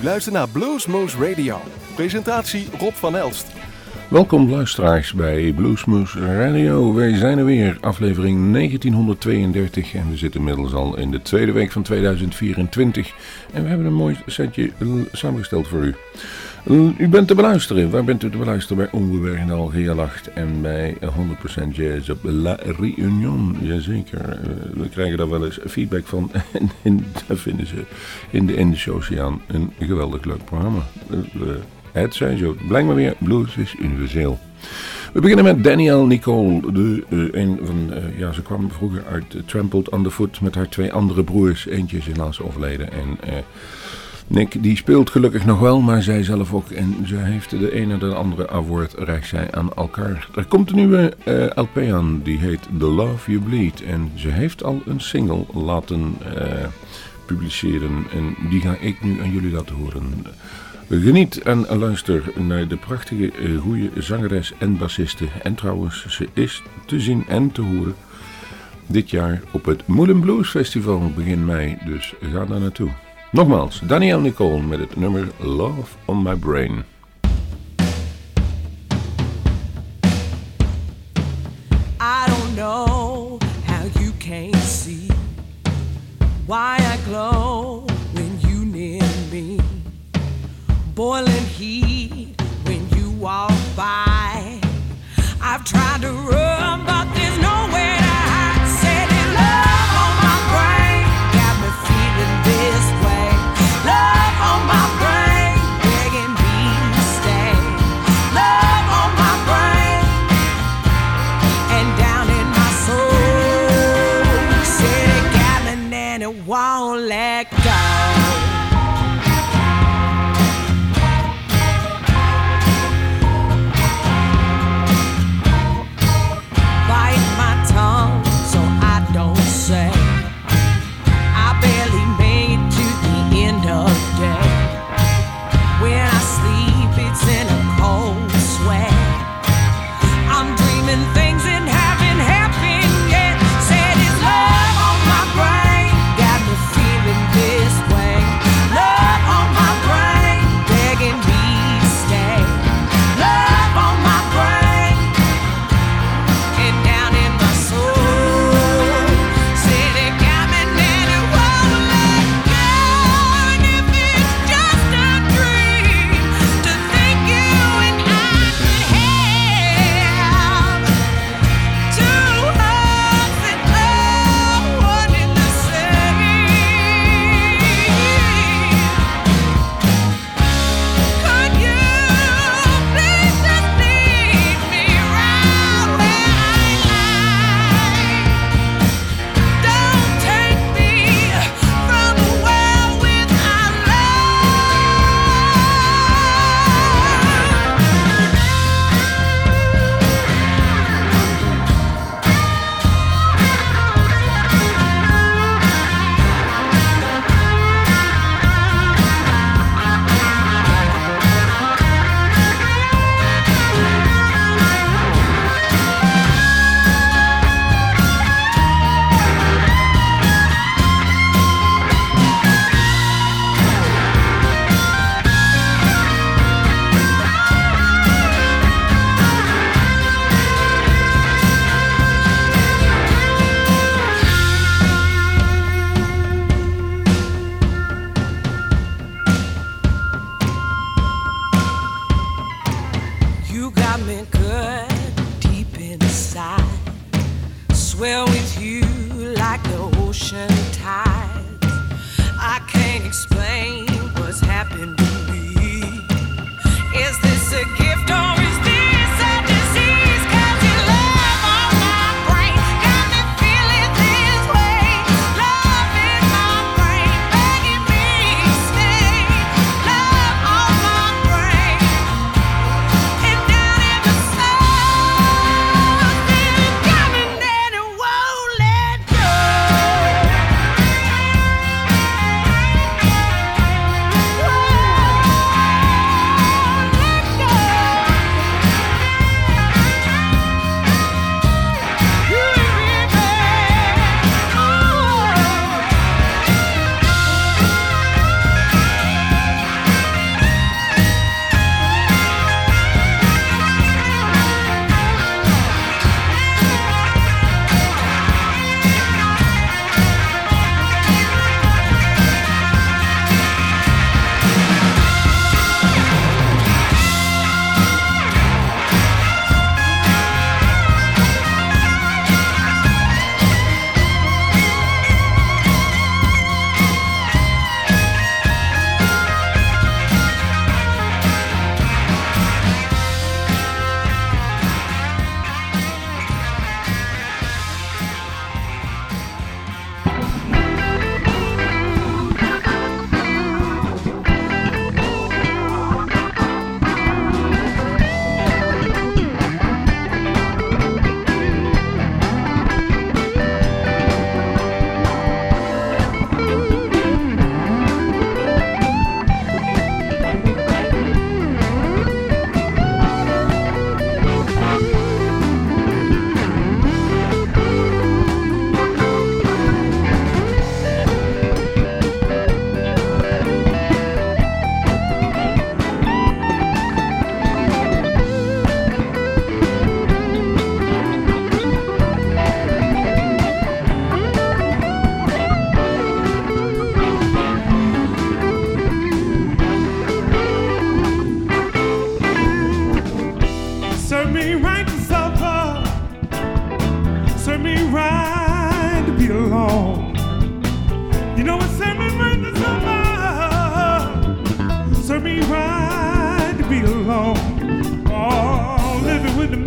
luistert naar Bluesmoose Radio. Presentatie Rob van Elst. Welkom luisteraars bij Bluesmoose Radio. Wij zijn er weer, aflevering 1932 en we zitten inmiddels al in de tweede week van 2024. En we hebben een mooi setje samengesteld voor u. U bent te beluisteren. Waar bent u te beluisteren? Bij Ongebergendal, Gealacht en bij 100% Jazz op La Réunion. Jazeker. We krijgen daar wel eens feedback van. En daar vinden ze in de Oceaan een geweldig leuk programma. Het zijn zo. Blijkbaar weer, blues is universeel. We beginnen met Danielle Nicole. Ze kwam vroeger uit Trampled Underfoot met haar twee andere broers. Eentje is helaas overleden en... Nick die speelt gelukkig nog wel, maar zij zelf ook. En ze heeft de een en de andere award reikt zij aan elkaar. Er komt een nieuwe LP aan, die heet The Love You Bleed. En ze heeft al een single laten publiceren. En die ga ik nu aan jullie laten horen. Geniet en luister naar de prachtige, goede zangeres en bassiste. En trouwens, ze is te zien en te horen dit jaar op het Moulin Blues Festival begin mei. Dus ga daar naartoe. Nogmaals, Danielle Nicole met het nummer Love on My Brain. I don't know how you can't see why I glow when you near me. Boiling heat when you walk by. I've tried to run, but there's nowhere to hide. Said it, love on my brain, got me feeling this way. Love on my brain, begging me to stay. Love on my brain, and down in my soul. Said it got me and it won't let go.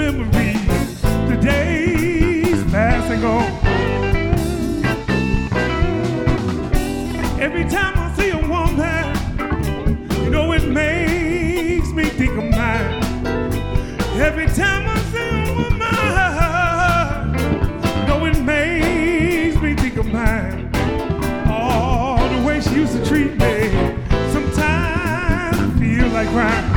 memories, the days passing on. Every time I see a woman, you know it makes me think of mine. Every time I see a woman, you know it makes me think of mine. Oh, the way she used to treat me, sometimes I feel like crying.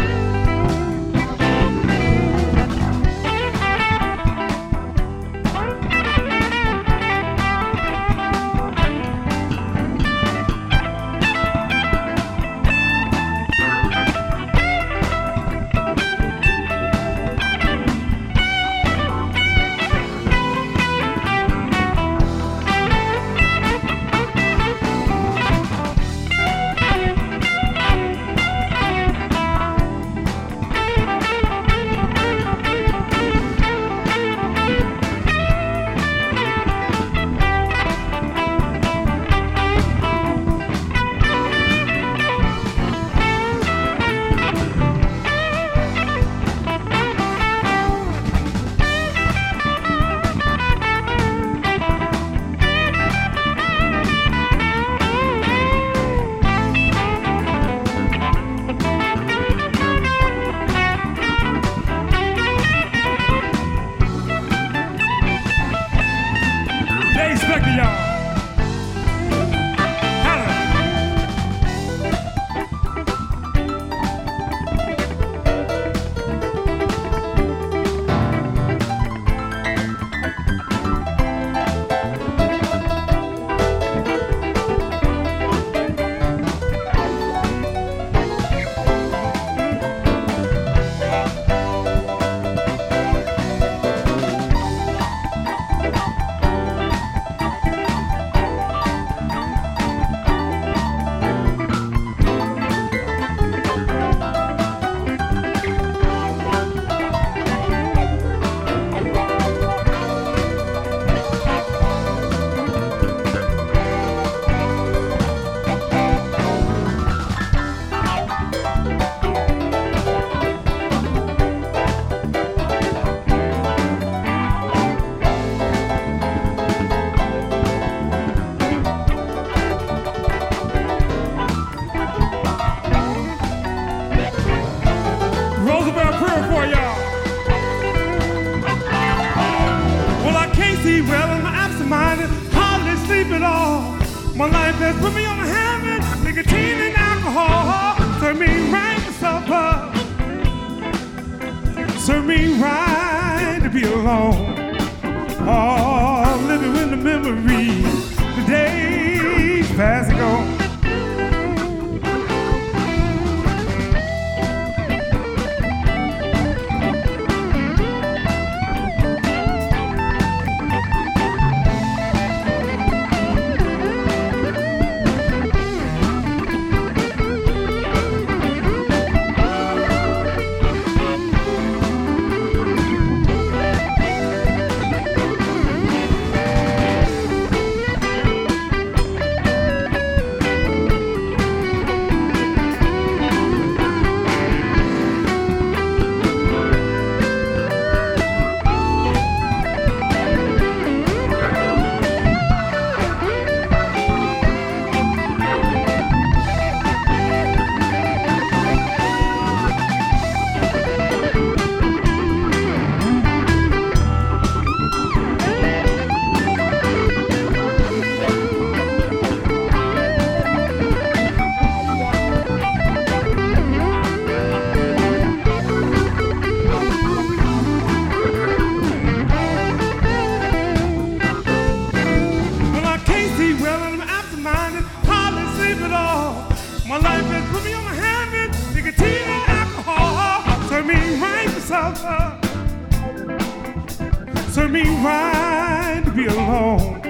Serve me right to be alone.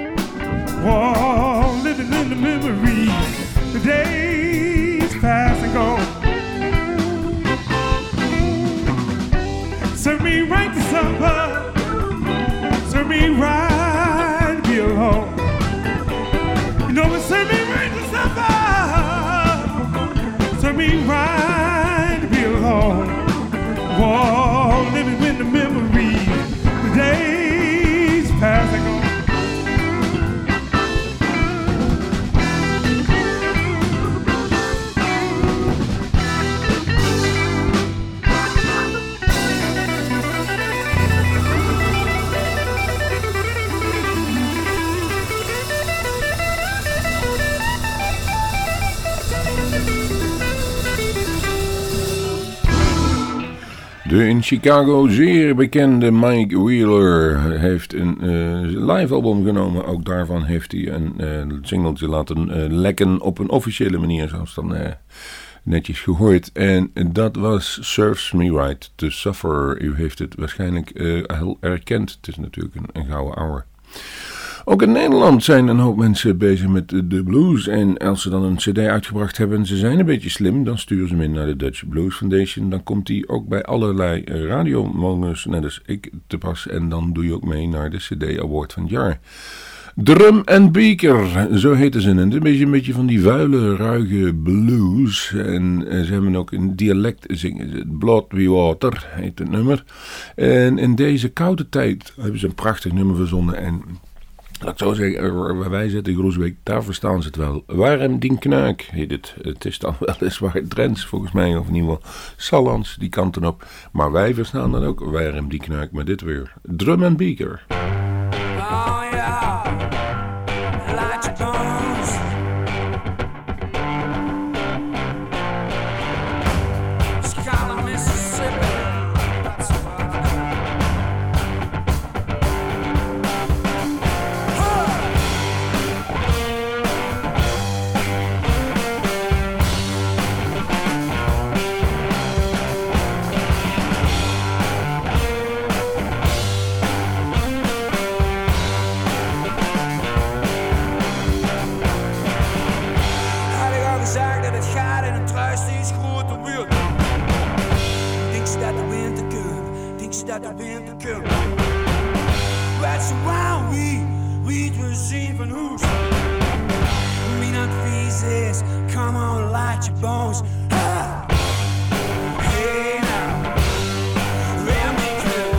Oh, living in the memory, the days pass and go. Serve me right to supper. Serve me right to be alone. You know, but serve me right to supper. Serve me right to be alone. Oh, living in the memory. De in Chicago zeer bekende Mike Wheeler heeft een live album genomen. Ook daarvan heeft hij een singeltje laten lekken op een officiële manier, zoals dan netjes gehoord. En dat was Serves Me Right to Suffer. U heeft het waarschijnlijk heel herkend. Het is natuurlijk een gouden ouwe. Ook in Nederland zijn een hoop mensen bezig met de blues. En als ze dan een cd uitgebracht hebben, ze zijn een beetje slim, dan sturen ze hem in naar de Dutch Blues Foundation. Dan komt die ook bij allerlei radiomongers, net als ik, te pas. En dan doe je ook mee naar de CD Award van het jaar. Drum and Beaker, zo heten ze. Het is een beetje van die vuile, ruige blues. En ze hebben ook een dialect zingen. Blood We Water heet het nummer. En in deze koude tijd hebben ze een prachtig nummer verzonnen. En laat ik zo zeggen, waar wij zitten in Groesbeek, daar verstaan ze het wel. Warm dien knuik heet het. Het is dan weliswaar Drents volgens mij, of in ieder geval Sallands, die kanten op. Maar wij verstaan dan ook warm dien knuik, maar dit weer. Drum and Beaker. Oh yeah, light your bones. Skyler, Mississippi. That's dat de winter komt. Wat zo wauw, wie we zien van hoes. Mijn advies is, come on, light your bones. Ah! Hey now, let me come.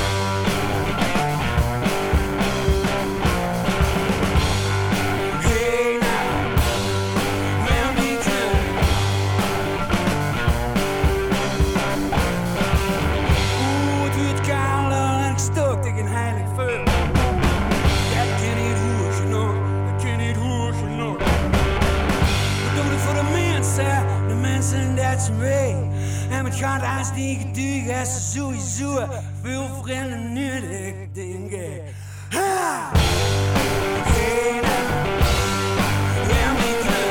Hey now, let me come. Stok tegen heilig vuur. Dat kan niet hoor genoeg, dat kan niet hoor genoeg. We doen het voor de mensen dat ze mee. En het gaat als die getuigen, als ze sowieso veel vrienden nodig, denk ik. Ha! Hey now, let me come.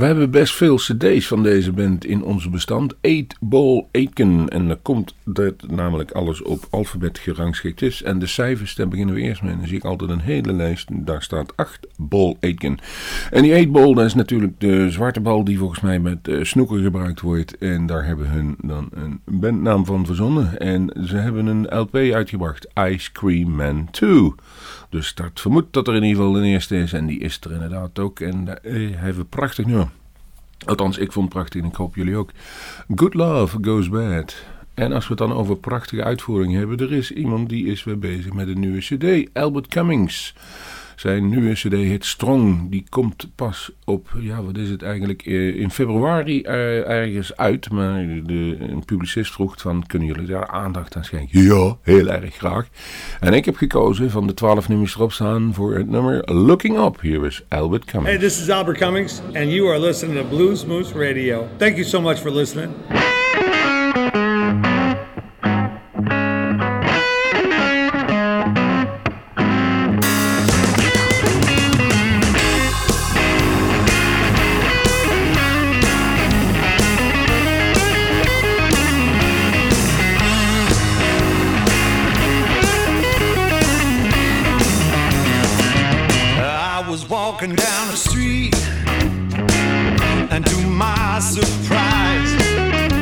We hebben best veel cd's van deze band in ons bestand. 8 Ball Aitken. En dan komt dat namelijk alles op alfabet gerangschikt is. En de cijfers, daar beginnen we eerst mee. En dan zie ik altijd een hele lijst. Daar staat 8 Ball Aitken. En die 8 Ball, dat is natuurlijk de zwarte bal die volgens mij met snooker gebruikt wordt. En daar hebben hun dan een bandnaam van verzonnen. En ze hebben een LP uitgebracht. Ice Cream Man 2. Dus dat vermoedt dat er in ieder geval een eerste is. En die is er inderdaad ook. En hij heeft een prachtig nummer. Althans, ik vond het prachtig en ik hoop jullie ook. Good Love Goes Bad. En als we het dan over prachtige uitvoering hebben. Er is iemand die is weer bezig met een nieuwe cd. Albert Cummings. Zijn nieuwe cd-hit Strong, die komt pas op, ja wat is het eigenlijk, in februari ergens uit. Maar een publicist vroeg van, kunnen jullie daar aandacht aan schenken? Ja, heel erg graag. En ik heb gekozen van de 12 nummers erop staan voor het nummer Looking Up. Hier is Albert Cummings. Hey, this is Albert Cummings and you are listening to Blues Moose Radio. Thank you so much for listening. Walking down the street, and to my surprise,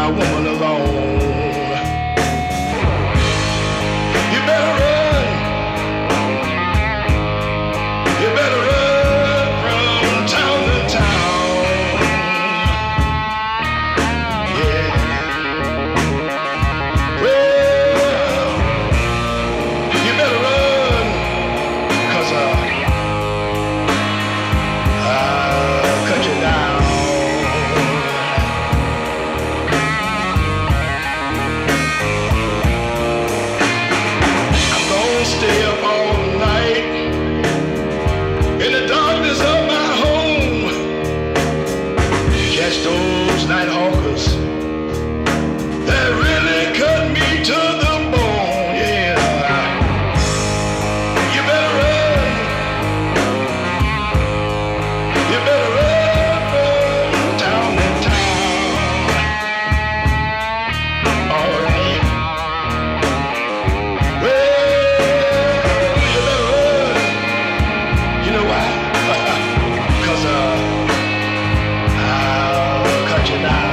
my woman alone. You better run. You better run from town to town. Yeah. Well, you better run, 'cause I'll cut you down. Stay up all night in the darkness of my home. Catch those night hawkers that really cut me to the bone. Yeah, you better run. You better run from town to town. All right. I'll cut you down.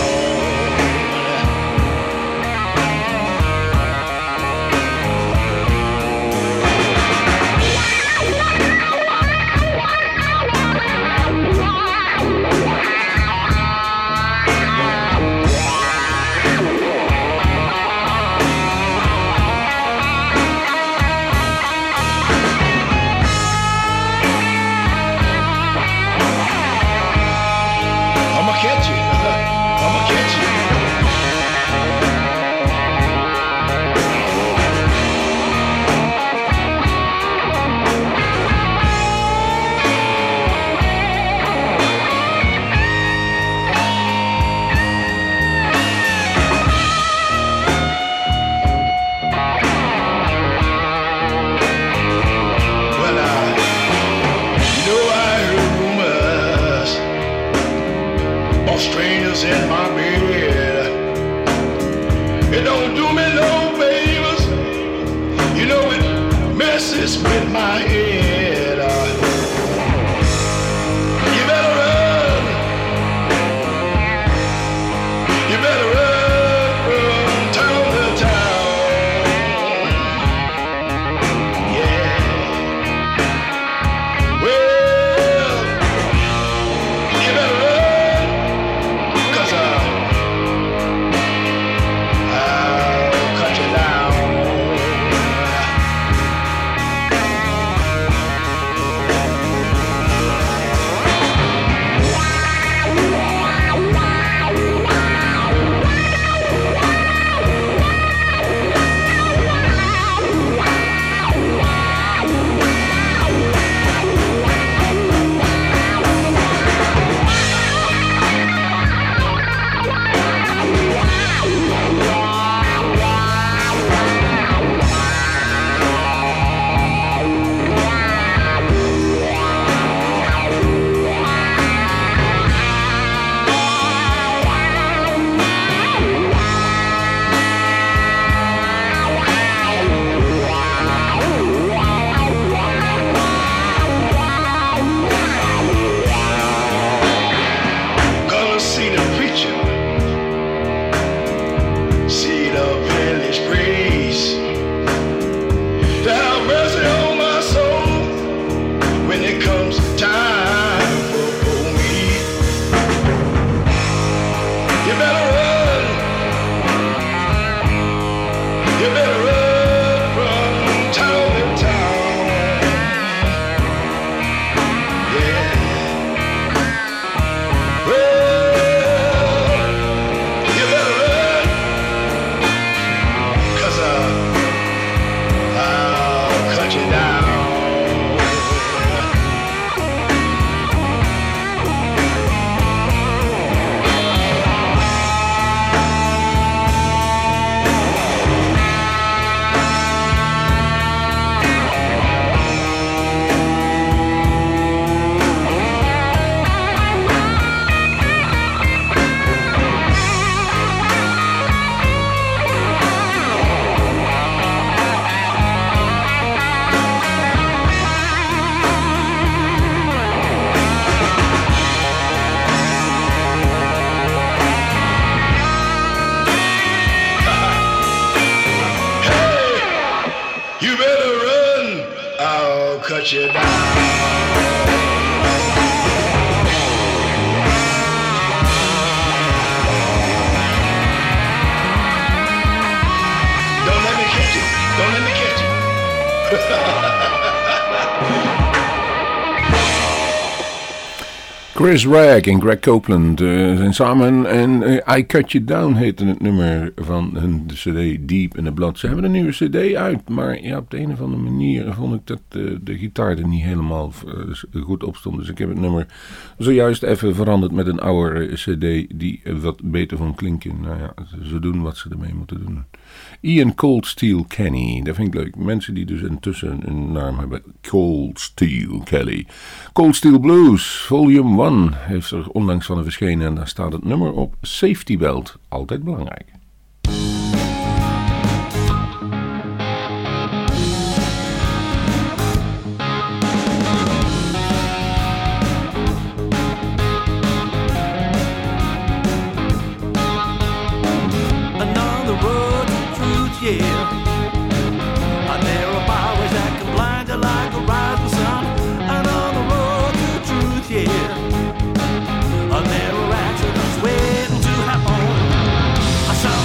I'ma catch you. I'ma catch you. Well, I heard rumors of strangers in my bed. It don't do me no favors. You know it messes with my head. You better run. You better run from town to town. Yeah. Well, you better run, 'cause I'll cut you down. let you down. Don't let me catch you. Don't let me catch you. Chris Ragg en Greg Copeland zijn samen en I Cut You Down heette het nummer van hun cd Deep in the Blood. Ze hebben een nieuwe cd uit, maar ja, op de een of andere manier vond ik dat de gitaar er niet helemaal goed op stond. Dus ik heb het nummer zojuist even veranderd met een oude cd die wat beter vond klinken. Nou ja, ze doen wat ze ermee moeten doen. Ian Cold Steel Kenny, dat vind ik leuk. Mensen die dus intussen een naam hebben. Cold Steel Kelly. Cold Steel Blues, Volume 1 heeft er onlangs van verschenen en daar staat het nummer op. Safety Belt, altijd belangrijk. Yeah, a narrow byways that can blind you like a rising sun. And on the road to truth, yeah, a narrow accident's waiting to happen. I saw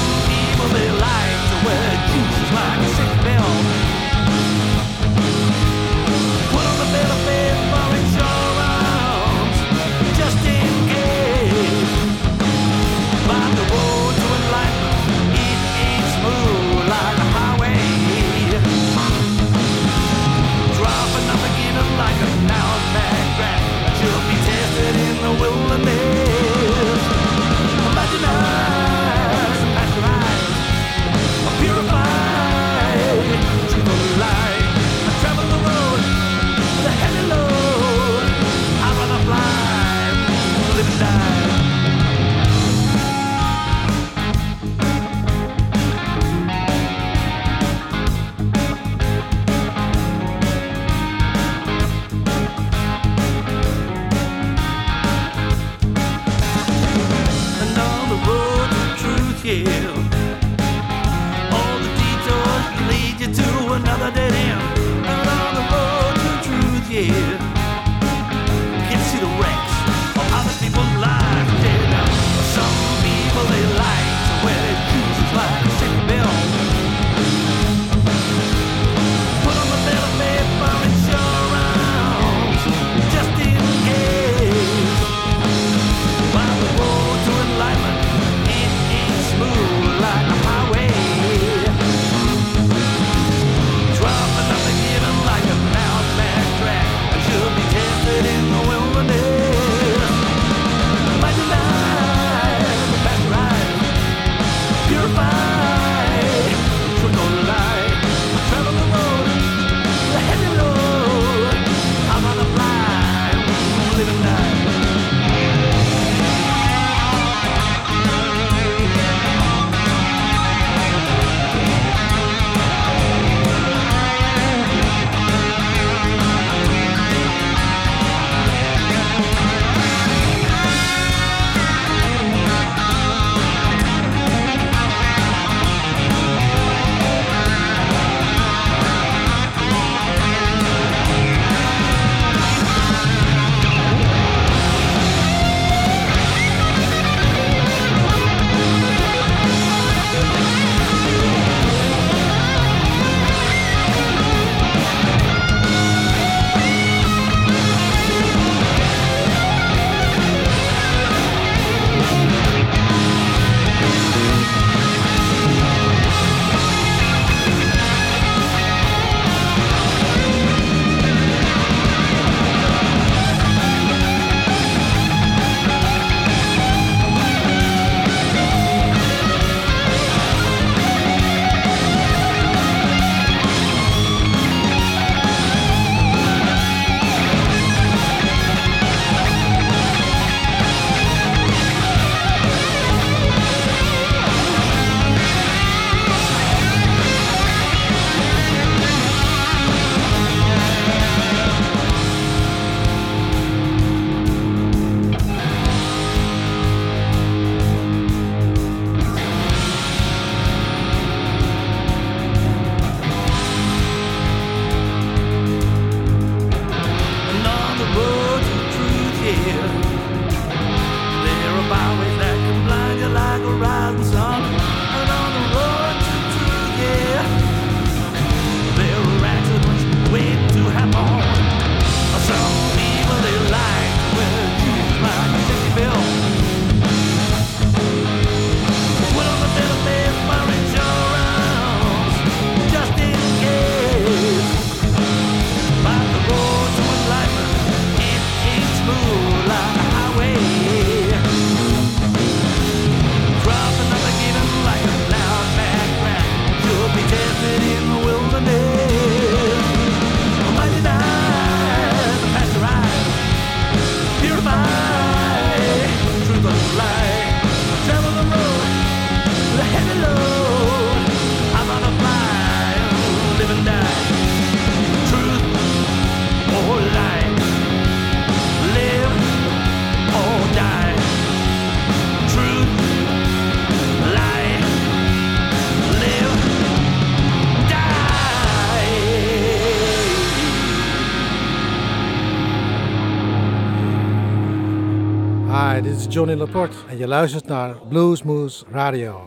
Hi, dit is Johnny Laporte en je luistert naar Bluesmoose Radio.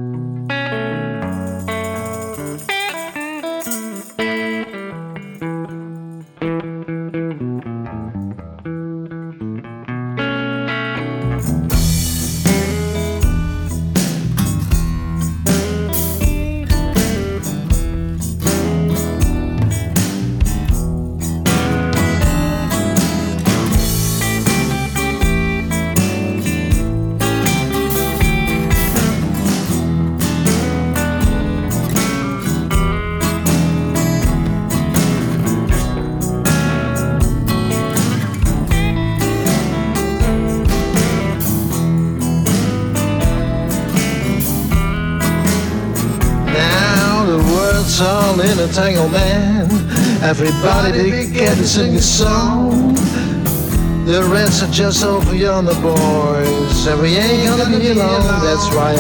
All in a tangle, man. Everybody began to sing a song. The reds are just over yonder, boys, and we ain't gonna be long. That's why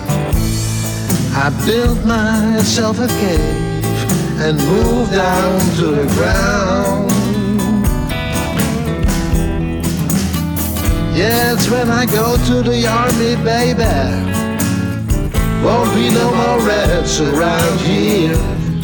I built myself a cave and moved down to the ground. Yeah, it's when I go to the army, baby. Won't be no more reds around here.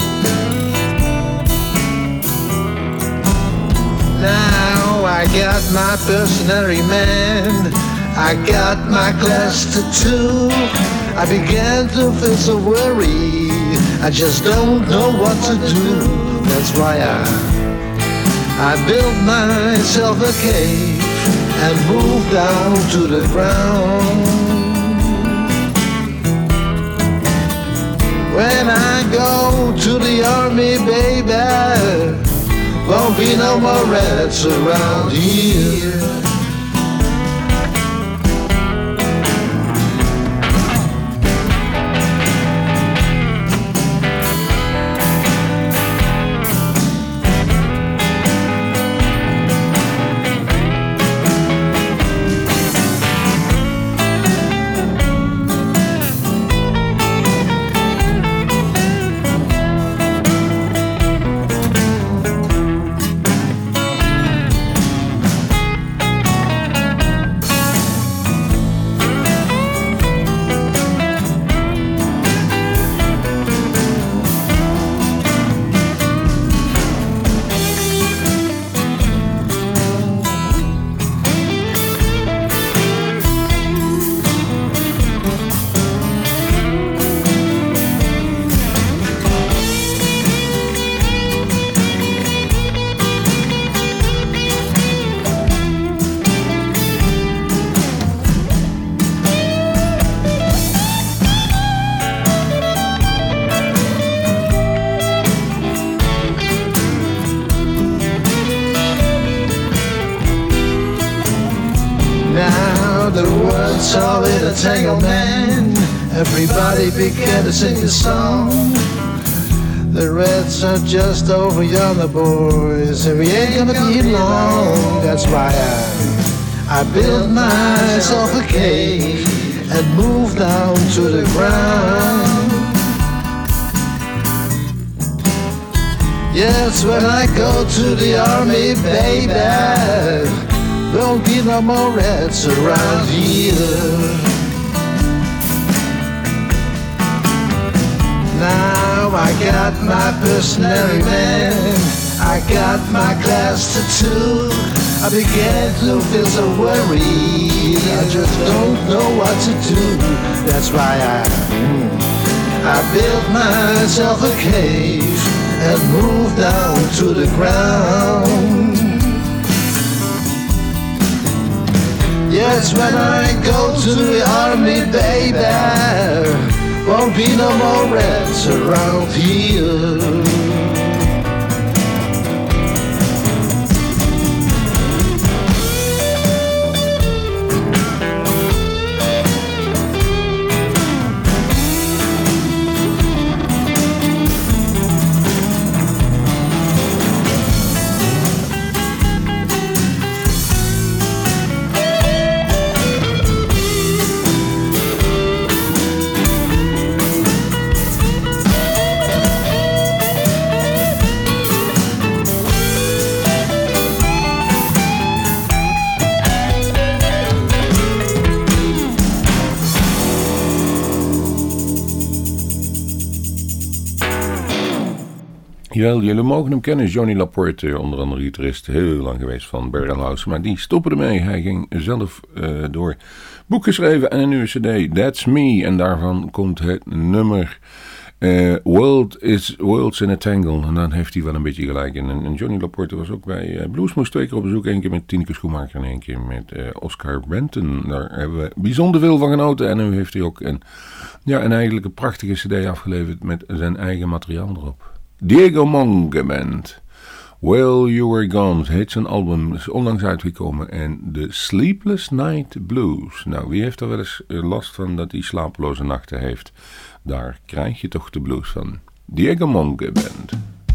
Now I got my personality, man. I got my class tattoo. I began to feel so worried. I just don't know what to do. That's why I built myself a cave and moved down to the ground. When I go to the army, baby, won't be no more reds around here. All in a tangle, man. Everybody began to sing a song. The reds are just over yonder, boys, and we ain't gonna be long. That's why I built myself a cave and moved down to the ground. Yes, when I go to the army, baby, won't be no more reds around here. Now I got my personality, man. I got my class tattoo. I began to feel so worried. I just don't know what to do. That's why I built myself a cave and moved down to the ground. Yes, when I go to the army, baby, won't be no more reds around here. Jawel, jullie mogen hem kennen. Johnny Laporte, onder andere gitarist, heel lang geweest van Barrelhouse. Maar die stopte ermee. Hij ging zelf door. Boek geschreven en een nieuwe cd, That's Me. En daarvan komt het nummer Worlds in a Tangle. En dan heeft hij wel een beetje gelijk in. En Johnny Laporte was ook bij Bluesmoes 2 keer op bezoek. 1 keer met Tineke Schoenmaker en 1 keer met Oscar Benton. Daar hebben we bijzonder veel van genoten. En nu heeft hij ook en eigenlijk een prachtige cd afgeleverd met zijn eigen materiaal erop. Diego Monge Band. While You Were Gone heet zijn album, is onlangs uitgekomen. En The Sleepless Night Blues. Nou, wie heeft er wel eens last van dat hij slapeloze nachten heeft? Daar krijg je toch de blues van. Diego Monge Band.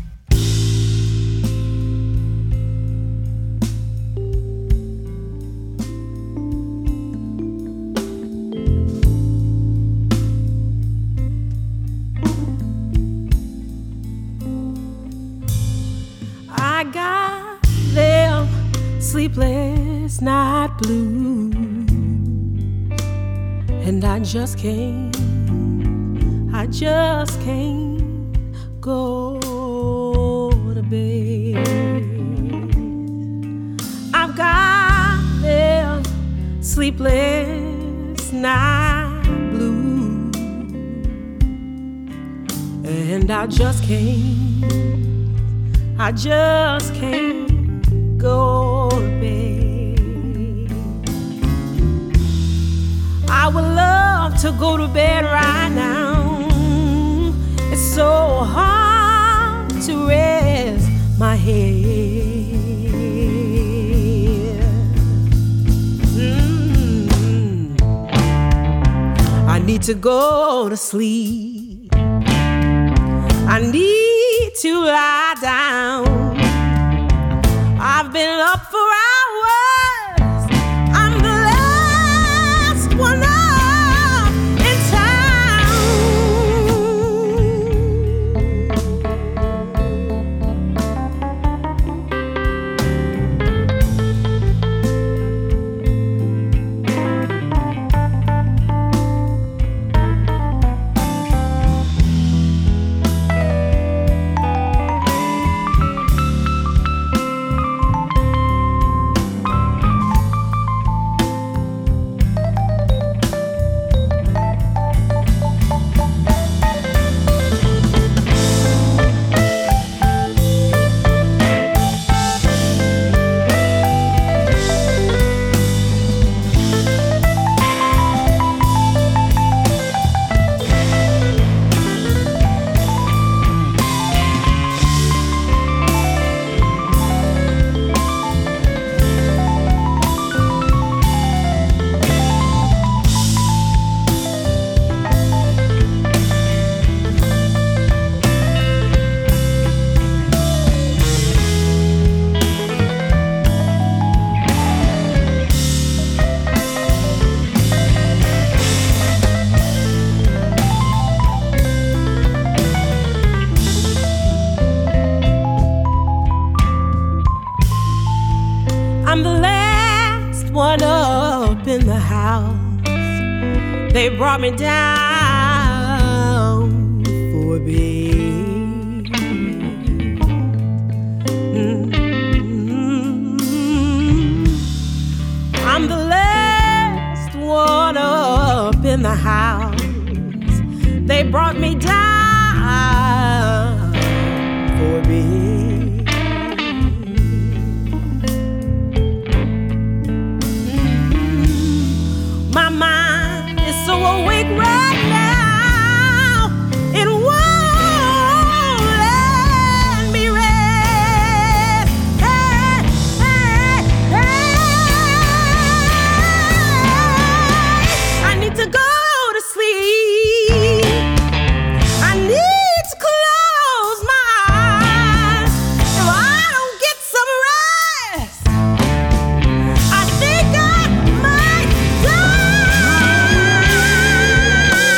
I got them sleepless night blues, and I just can't go to bed. I've got them sleepless night blues, and I just can't go to bed. I would love to go to bed right now. It's so hard to rest my head. I need to go to sleep. I need to lie down. I've been up for hours. I'm the last one up in in the house. They brought me down for a bed. I'm the last one up in the house. They brought me down for a bed. My mind is so awake right now, it won't let me rest. Hey, hey, hey. I need to go to sleep. I need to close my eyes. If I don't get some rest, I think I might die.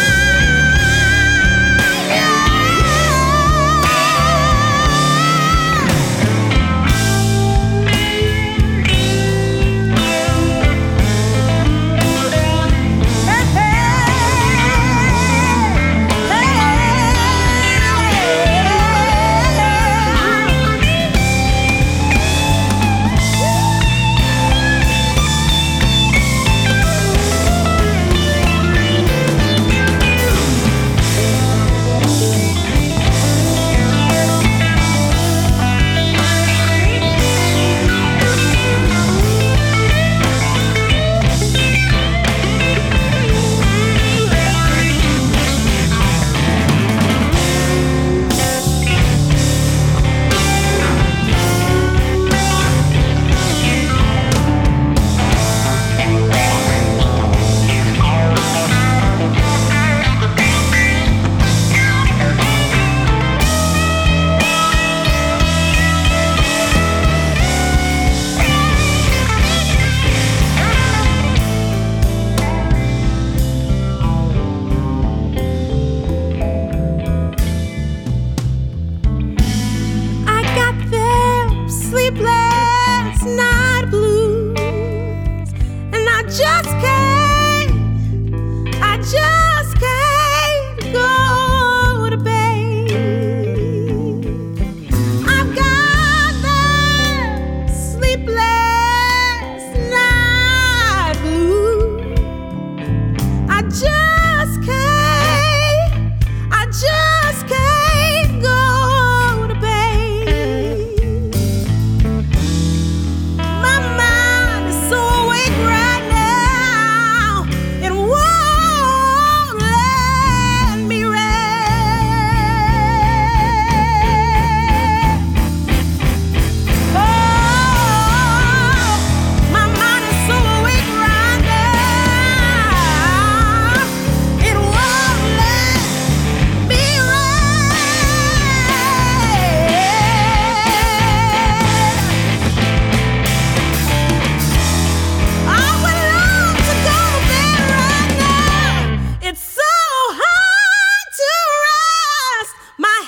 just can't go to bed. My mind is so awake right now, it won't let me rest. Oh, my mind is so awake right now, it won't let me rest. I would love to go to bed right now. It's so hard to rest my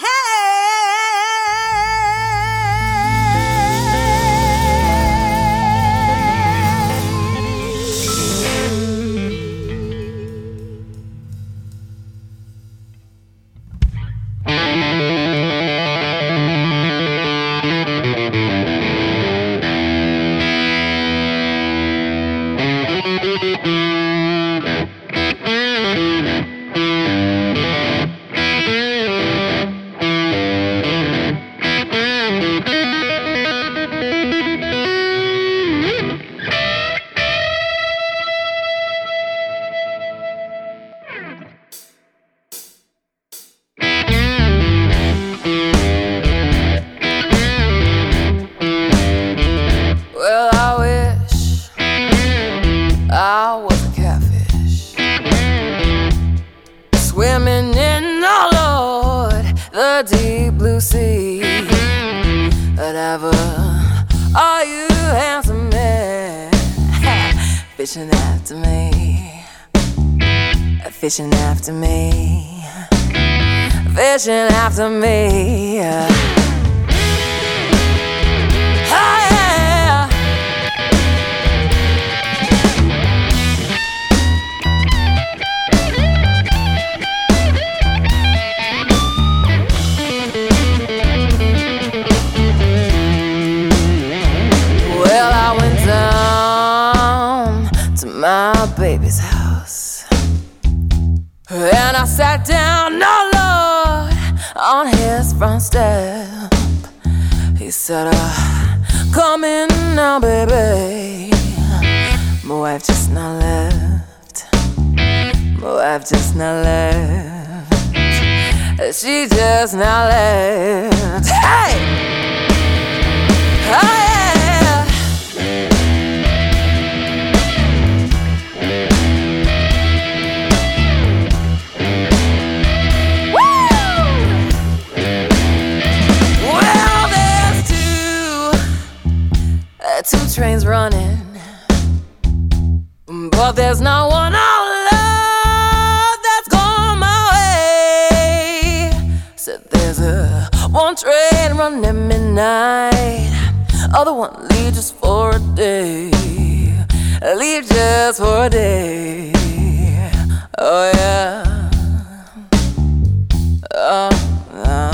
Well, I wish I was a catfish, swimming in, oh Lord, the deep blue sea. Whatever, are you handsome man, fishing after me, fishing after me, fishing after me. Oh, yeah. Well, I went down to my baby's house, and I sat down, oh Lord, on his front step. He said, come in now, baby. My wife just now left. My wife just now left. She just now left. Hey! Oh, yeah! Well, there's two trains running, but there's not one on love that's going my way. Said there's one train running midnight, other one leave just for a day, leave just for a day. Oh yeah. Oh, yeah.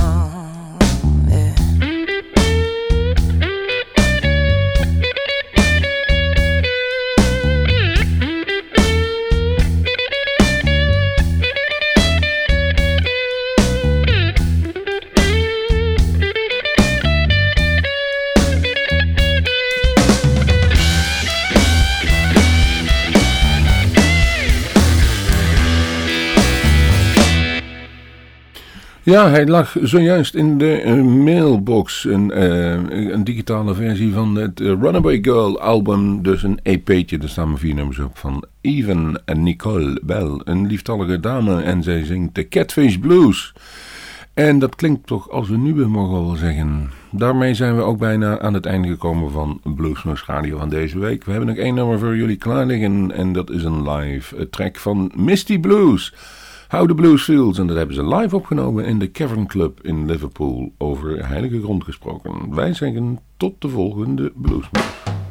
Ja, hij lag zojuist in de mailbox. Een digitale versie van het Runaway Girl album. Dus een EP'tje, daar staan maar 4 nummers op. Van Even en Nicole Bell. Een lieftallige dame en zij zingt de Catfish Blues. En dat klinkt toch als een nieuwe, mogen we wel zeggen. Daarmee zijn we ook bijna aan het einde gekomen van Bluesmoose Radio van deze week. We hebben nog 1 nummer voor jullie klaar liggen. En dat is een live track van Misty Blues. How the Blues Feels. En dat hebben ze live opgenomen in de Cavern Club in Liverpool. Over heilige grond gesproken. Wij zeggen tot de volgende Bluesmoose.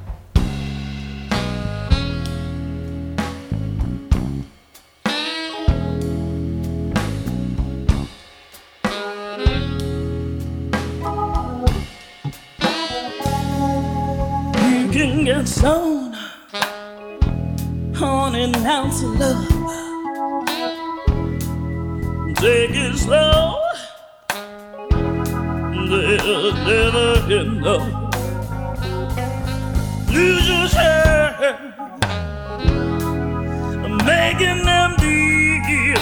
You can get stoned on an ounce of love. take it slow. There's never enough. Lose yourself, making them deal.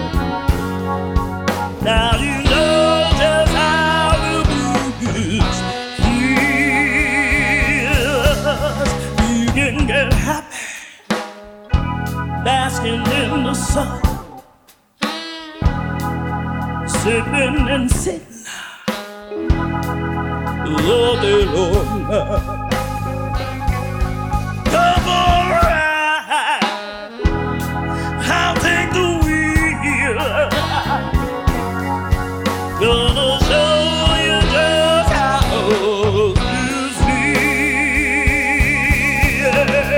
Now you know just how the blues feels. You can get happy, basking in the sun, sipping and sitting all day long. Come on, ride, I'll take the wheel. Gonna show you just how blues feel.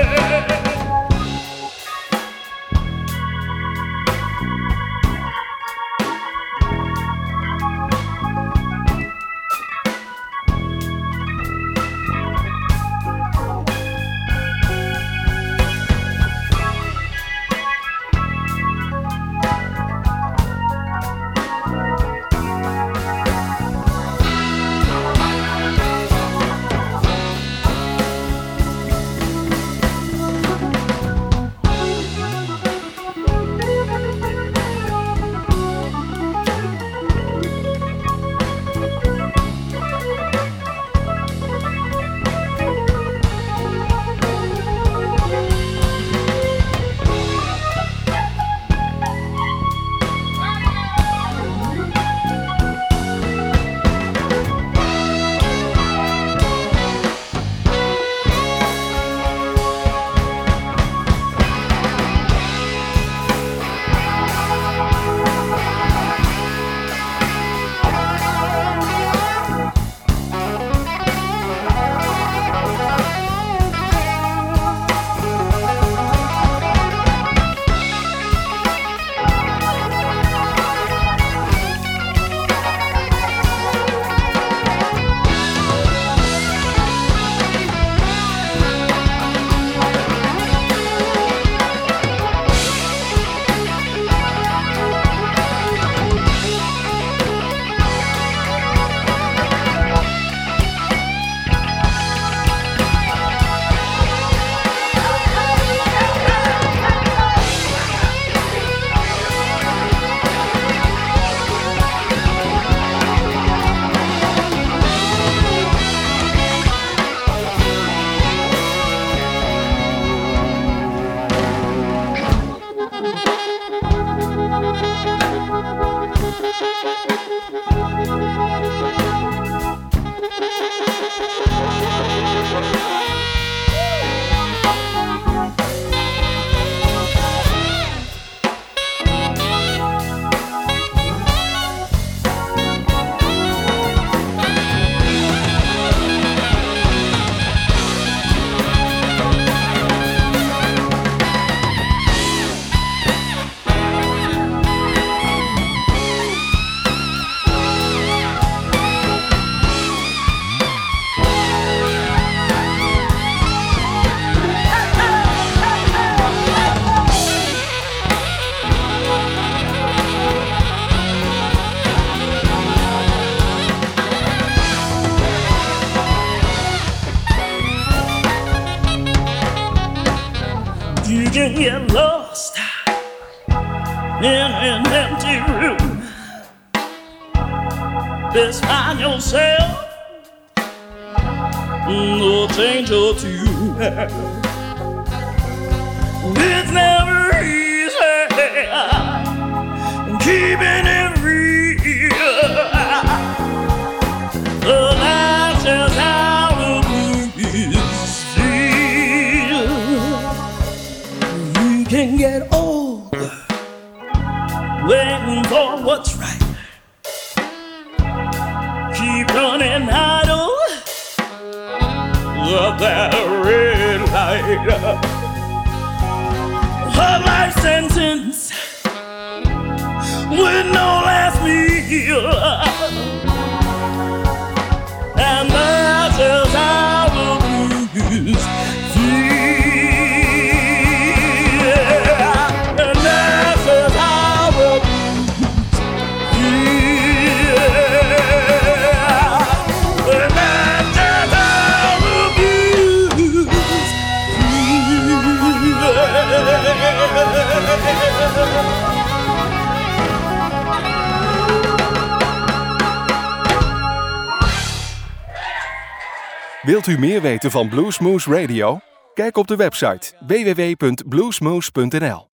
You can get lost in an empty room. Just find yourself a change or two. It's never easy keeping it real. That's just how the blues feel. You can get old waiting for what's right. Keep running idle up that red light. A life sentence with no last meal. And that's just how the blues feel. And that's just how the blues Wilt u meer weten van Bluesmoose Radio? Kijk op de website www.bluesmoose.nl.